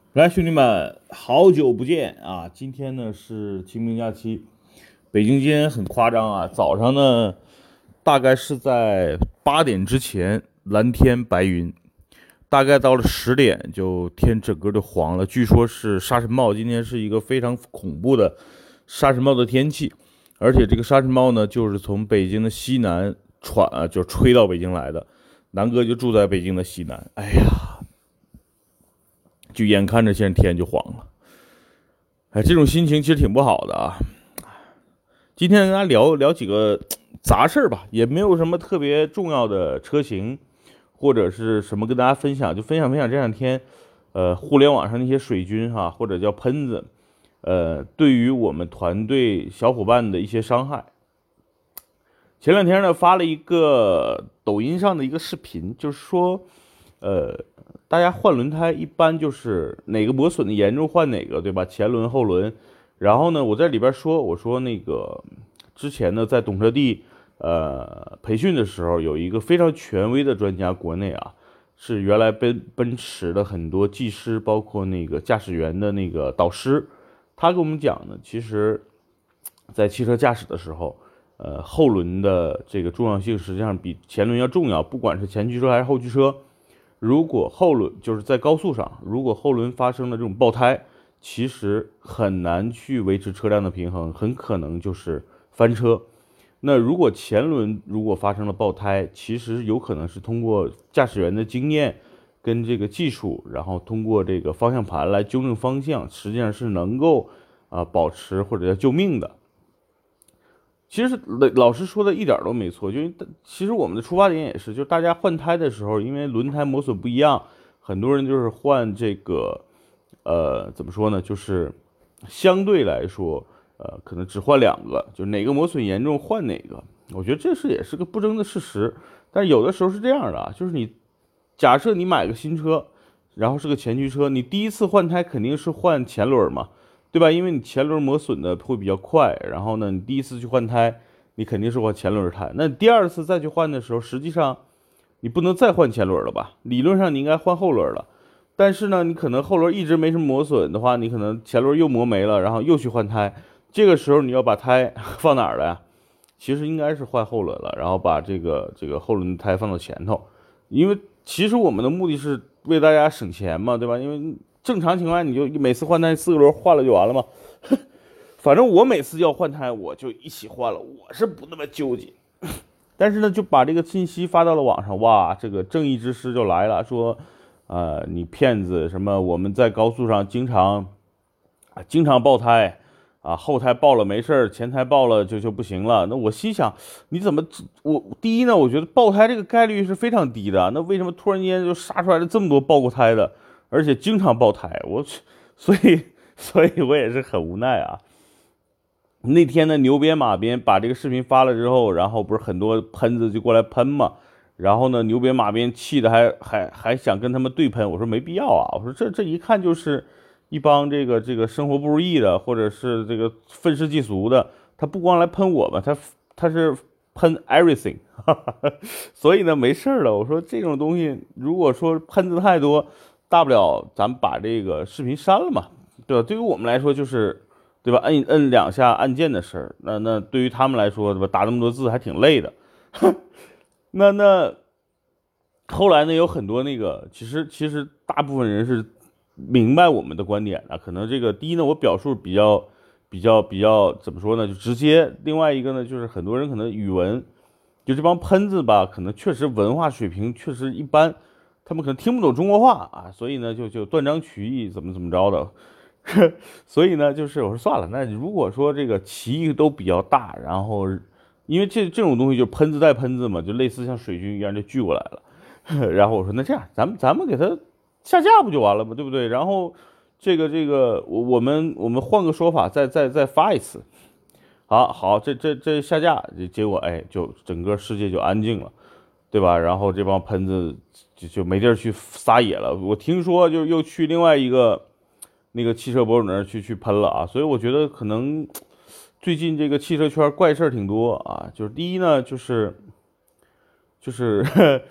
来，兄弟们，好久不见啊！今天呢是清明假期，北京今天很夸张啊，早上呢大概是在8点之前蓝天白云，大概到了10点就天整个就黄了。据说是沙尘暴，今天是一个非常恐怖的沙尘暴的天气，而且这个沙尘暴呢就是从北京的西南就吹到北京来的。南哥就住在北京的西南，哎呀，就眼看着现在天就黄了。哎，这种心情其实挺不好的啊。今天跟大家聊聊几个杂事儿吧，也没有什么特别重要的车型或者是什么跟大家分享，就分享这两天，互联网上那些水军哈，或者叫喷子，对于我们团队小伙伴的一些伤害。前两天呢发了一个抖音上的一个视频，就是说，呃，大家换轮胎一般就是哪个磨损的严重换哪个，对吧？前轮后轮。然后呢，我在里边说，我说那个之前呢在懂车帝培训的时候，有一个非常权威的专家，国内啊是原来奔驰的很多技师，包括那个驾驶员的那个导师，他跟我们讲呢，其实在汽车驾驶的时候。后轮的这个重要性实际上比前轮要重要，不管是前驱车还是后驱车。如果后轮就是在高速上，如果后轮发生了这种爆胎，其实很难去维持车辆的平衡，很可能就是翻车。那如果前轮如果发生了爆胎，其实有可能是通过驾驶员的经验跟这个技术，然后通过这个方向盘来纠正方向，实际上是能够保持或者叫救命的。其实老师说的一点都没错，就是其实我们的出发点也是，就是大家换胎的时候，因为轮胎磨损不一样，很多人就是换这个，怎么说呢，就是相对来说，可能只换两个，就哪个磨损严重换哪个。我觉得这也是个不争的事实，但有的时候是这样的啊，就是你假设你买个新车，然后是个前驱车，你第一次换胎肯定是换前轮嘛。对吧？因为你前轮磨损的会比较快，然后呢，你第一次去换胎，你肯定是换前轮胎。那第二次再去换的时候，实际上你不能再换前轮了吧？理论上你应该换后轮了，但是呢，你可能后轮一直没什么磨损的话，你可能前轮又磨没了，然后又去换胎。这个时候你要把胎放哪儿了呀？其实应该是换后轮了，然后把这个后轮胎放到前头，因为其实我们的目的是为大家省钱嘛，对吧？因为正常情况下你就每次换胎4个轮换了就完了嘛。反正我每次要换胎，我就一起换了，我是不那么纠结。但是呢，就把这个信息发到了网上，哇，这个正义之师就来了，说，你骗子什么？我们在高速上经常爆胎，后胎爆了没事儿，前胎爆了就不行了。那我心想，你怎么第一呢？我觉得爆胎这个概率是非常低的，那为什么突然间就杀出来了这么多爆过胎的，而且经常爆胎？所以我也是很无奈啊。那天呢，牛鞭马鞭把这个视频发了之后，然后不是很多喷子就过来喷嘛，然后呢，牛鞭马鞭气的还想跟他们对喷，我说没必要啊，我说这一看就是一帮这个生活不如意的，或者是这个愤世嫉俗的，他不光来喷我们，他是喷 everything，所以呢没事了。我说这种东西如果说喷子太多，大不了咱们把这个视频删了嘛，对吧？对于我们来说就是。对吧？摁2下按键的事儿，那对于他们来说，对吧？打那么多字还挺累的。那后来呢，有很多那个，其实大部分人是明白我们的观点的。可能这个第一呢，我表述比较怎么说呢，就直接。另外一个呢，就是很多人可能语文，就这帮喷子吧，可能确实文化水平确实一般，他们可能听不懂中国话啊，所以呢，就断章取义，怎么着的。所以呢，就是我说算了，那如果说这个歧义都比较大，然后因为这种东西就喷子带喷子嘛，就类似像水军一样就聚过来了。然后我说那这样，咱们给他下架不就完了吗？对不对？然后这个我们换个说法，再发一次。好，这下架，结果哎，就整个世界就安静了，对吧？然后这帮喷子就没地儿去撒野了。我听说就又去另外一个。那个汽车博主那儿去喷了啊，所以我觉得可能最近这个汽车圈怪事儿挺多啊。就是第一呢，就是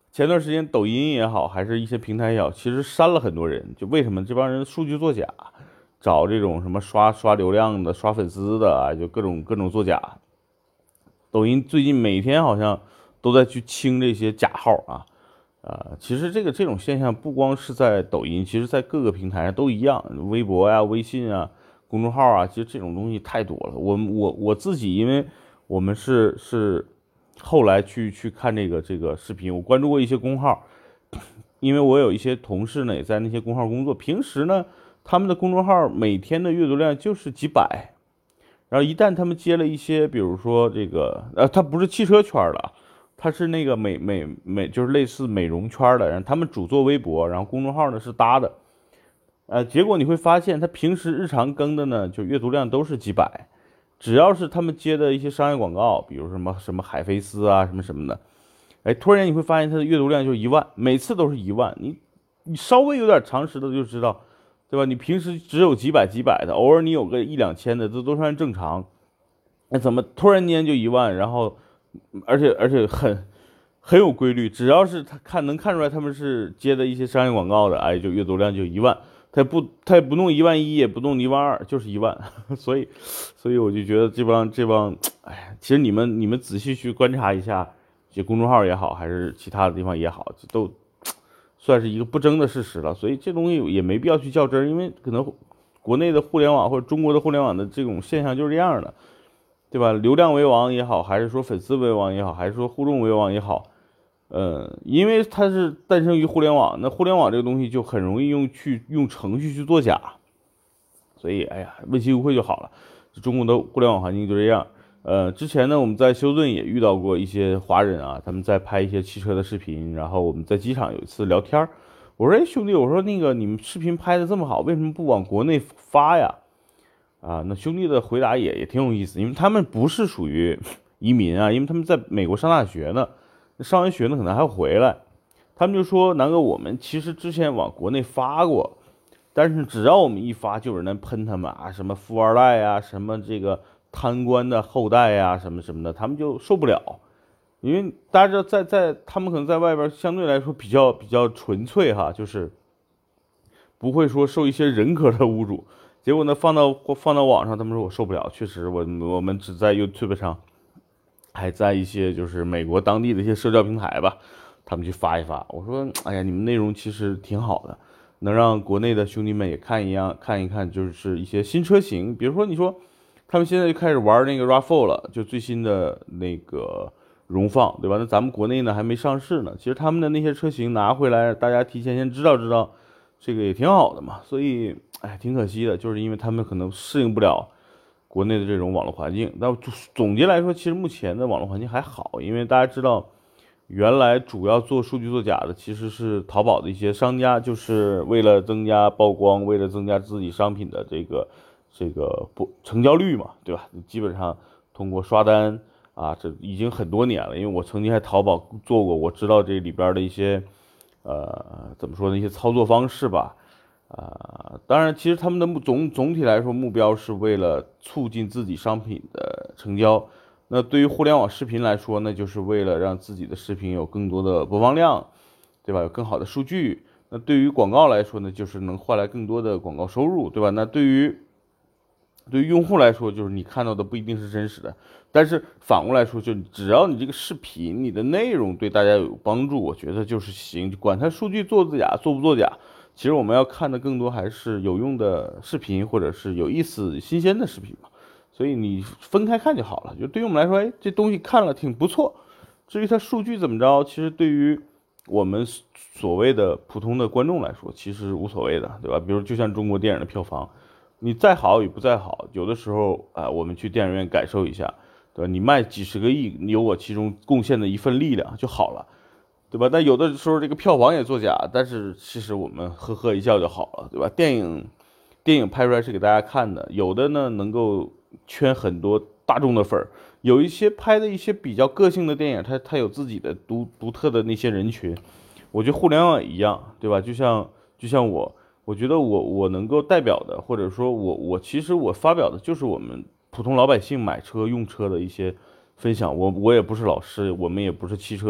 前段时间抖音也好，还是一些平台也好，其实删了很多人，就为什么这帮人数据作假，找这种什么刷流量的、刷粉丝的啊，就各种作假。抖音最近每天好像都在去清这些假号啊。其实这种现象不光是在抖音，其实在各个平台上都一样，微博呀、微信啊、公众号啊，其实这种东西太多了。我自己，因为我们是后来去看这个视频，我关注过一些公号，因为我有一些同事呢也在那些公号工作，平时呢他们的公众号每天的阅读量就是几百，然后一旦他们接了一些，比如说这个，他不是汽车圈的，他是那个就是类似美容圈的，然后他们主做微博，然后公众号呢是搭的，结果你会发现他平时日常更的呢，就阅读量都是几百，只要是他们接的一些商业广告，比如什么海飞丝啊什么什么的，突然你会发现它的阅读量就1万，每次都是1万，你稍微有点常识的就知道，对吧？你平时只有几百的，偶尔你有个一两千的，这都算正常。那怎么突然间就1万？然后，而且很有规律，只要是他能看出来他们是接的一些商业广告的，就阅读量就1万。他也不弄11000，也不弄12000，就是1万。所以我就觉得这帮，其实你们仔细去观察一下，这公众号也好，还是其他的地方也好，都算是一个不争的事实了。所以这东西也没必要去较真，因为可能国内的互联网或者中国的互联网的这种现象就是这样的，对吧？流量为王也好，还是说粉丝为王也好，还是说互动为王也好，因为它是诞生于互联网，那互联网这个东西就很容易用程序去作假，所以问心无愧就好了。中国的互联网环境就这样。之前呢，我们在休斯顿也遇到过一些华人啊，他们在拍一些汽车的视频，然后我们在机场有一次聊天，我说：“哎，兄弟，我说那个你们视频拍的这么好，为什么不往国内发呀？”那兄弟的回答也挺有意思，因为他们不是属于移民啊，因为他们在美国上大学呢，上完学呢可能还要回来，他们就说：“南哥，我们其实之前往国内发过。”但是只要我们一发，就有人喷他们啊，什么富二代啊，什么这个贪官的后代呀，什么什么的，他们就受不了。因为大家知道在他们可能在外边相对来说比较纯粹哈，就是不会说受一些人格的侮辱。结果呢，放到网上，他们说我受不了，确实我们只在 YouTube 上，还在一些就是美国当地的一些社交平台吧，他们去发一发。我说，哎呀，你们内容其实挺好的。能让国内的兄弟们也看一看，就是一些新车型，比如说你说他们现在就开始玩那个 RAV4 了，就最新的那个荣放，对吧？那咱们国内呢还没上市呢，其实他们的那些车型拿回来，大家提前先知道，这个也挺好的嘛。所以挺可惜的，就是因为他们可能适应不了国内的这种网络环境。那总结来说，其实目前的网络环境还好，因为大家知道。原来主要做数据作假的其实是淘宝的一些商家，就是为了增加曝光，为了增加自己商品的这个不成交率嘛，对吧？基本上通过刷单这已经很多年了，因为我曾经还淘宝做过，我知道这里边的一些怎么说呢，一些操作方式吧。当然，其实他们的总体来说目标是为了促进自己商品的成交。那对于互联网视频来说，那就是为了让自己的视频有更多的播放量，对吧？有更好的数据。那对于广告来说呢，就是能换来更多的广告收入，对吧？那对于用户来说，就是你看到的不一定是真实的，但是反过来说，就只要你这个视频你的内容对大家有帮助，我觉得就是行，管它数据做假做不做假。其实我们要看的更多还是有用的视频，或者是有意思、新鲜的视频嘛。所以你分开看就好了。就对于我们来说，这东西看了挺不错。至于它数据怎么着，其实对于我们所谓的普通的观众来说，其实无所谓的，对吧？比如就像中国电影的票房，你再好与不再好，有的时候我们去电影院感受一下，对吧？你卖几十个亿，你有我其中贡献的一份力量就好了，对吧？但有的时候这个票房也作假，但是其实我们呵呵一笑就好了，对吧？电影拍出来是给大家看的，有的呢能够圈很多大众的粉儿，有一些拍的一些比较个性的电影，它有自己的独特的那些人群。我觉得互联网也一样，对吧？就像我觉得我能够代表的，或者说其实我发表的就是我们普通老百姓买车用车的一些分享。我也不是老师，我们也不是汽车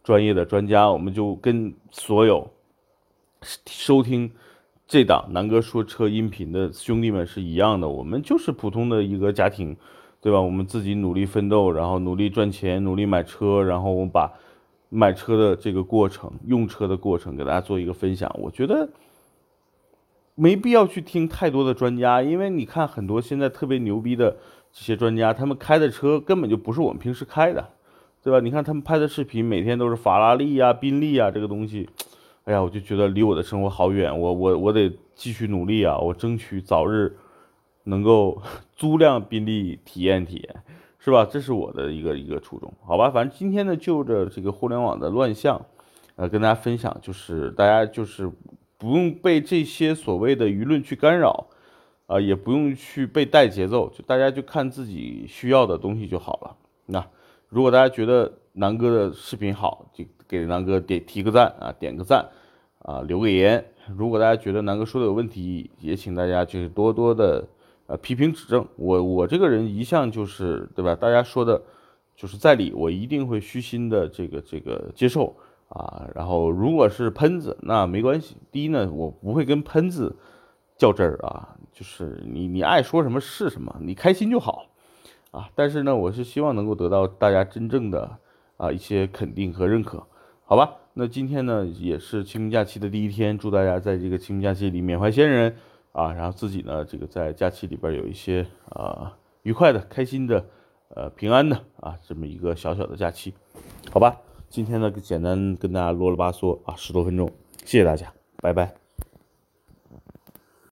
专业的专家，我们就跟所有收听这档南哥说车音频的兄弟们是一样的，我们就是普通的一个家庭，对吧？我们自己努力奋斗，然后努力赚钱，努力买车，然后我们把买车的这个过程、用车的过程给大家做一个分享。我觉得没必要去听太多的专家，因为你看很多现在特别牛逼的这些专家，他们开的车根本就不是我们平时开的，对吧？你看他们拍的视频，每天都是法拉利啊、宾利啊这个东西，哎呀，我就觉得离我的生活好远，我得继续努力啊，我争取早日能够租辆宾利体验体验，是吧？这是我的一个初衷，好吧？反正今天呢，就着这个互联网的乱象，跟大家分享，就是大家就是不用被这些所谓的舆论去干扰，也不用去被带节奏，就大家就看自己需要的东西就好了。那如果大家觉得南哥的视频好，就给南哥提个赞啊，点个赞啊，留个言。如果大家觉得南哥说的有问题，也请大家就是多多的批评指正。我这个人一向就是对吧？大家说的就是在理，我一定会虚心的这个接受啊。然后如果是喷子，那没关系。第一呢，我不会跟喷子较真儿啊，就是你爱说什么是什么，你开心就好啊。但是呢，我是希望能够得到大家真正的一些肯定和认可，好吧？那今天呢也是清明假期的第一天，祝大家在这个清明假期里缅怀先人啊，然后自己呢这个在假期里边有一些愉快的、开心的、平安的这么一个小小的假期，好吧？今天呢简单跟大家啰啰吧嗦10多分钟，谢谢大家，拜拜。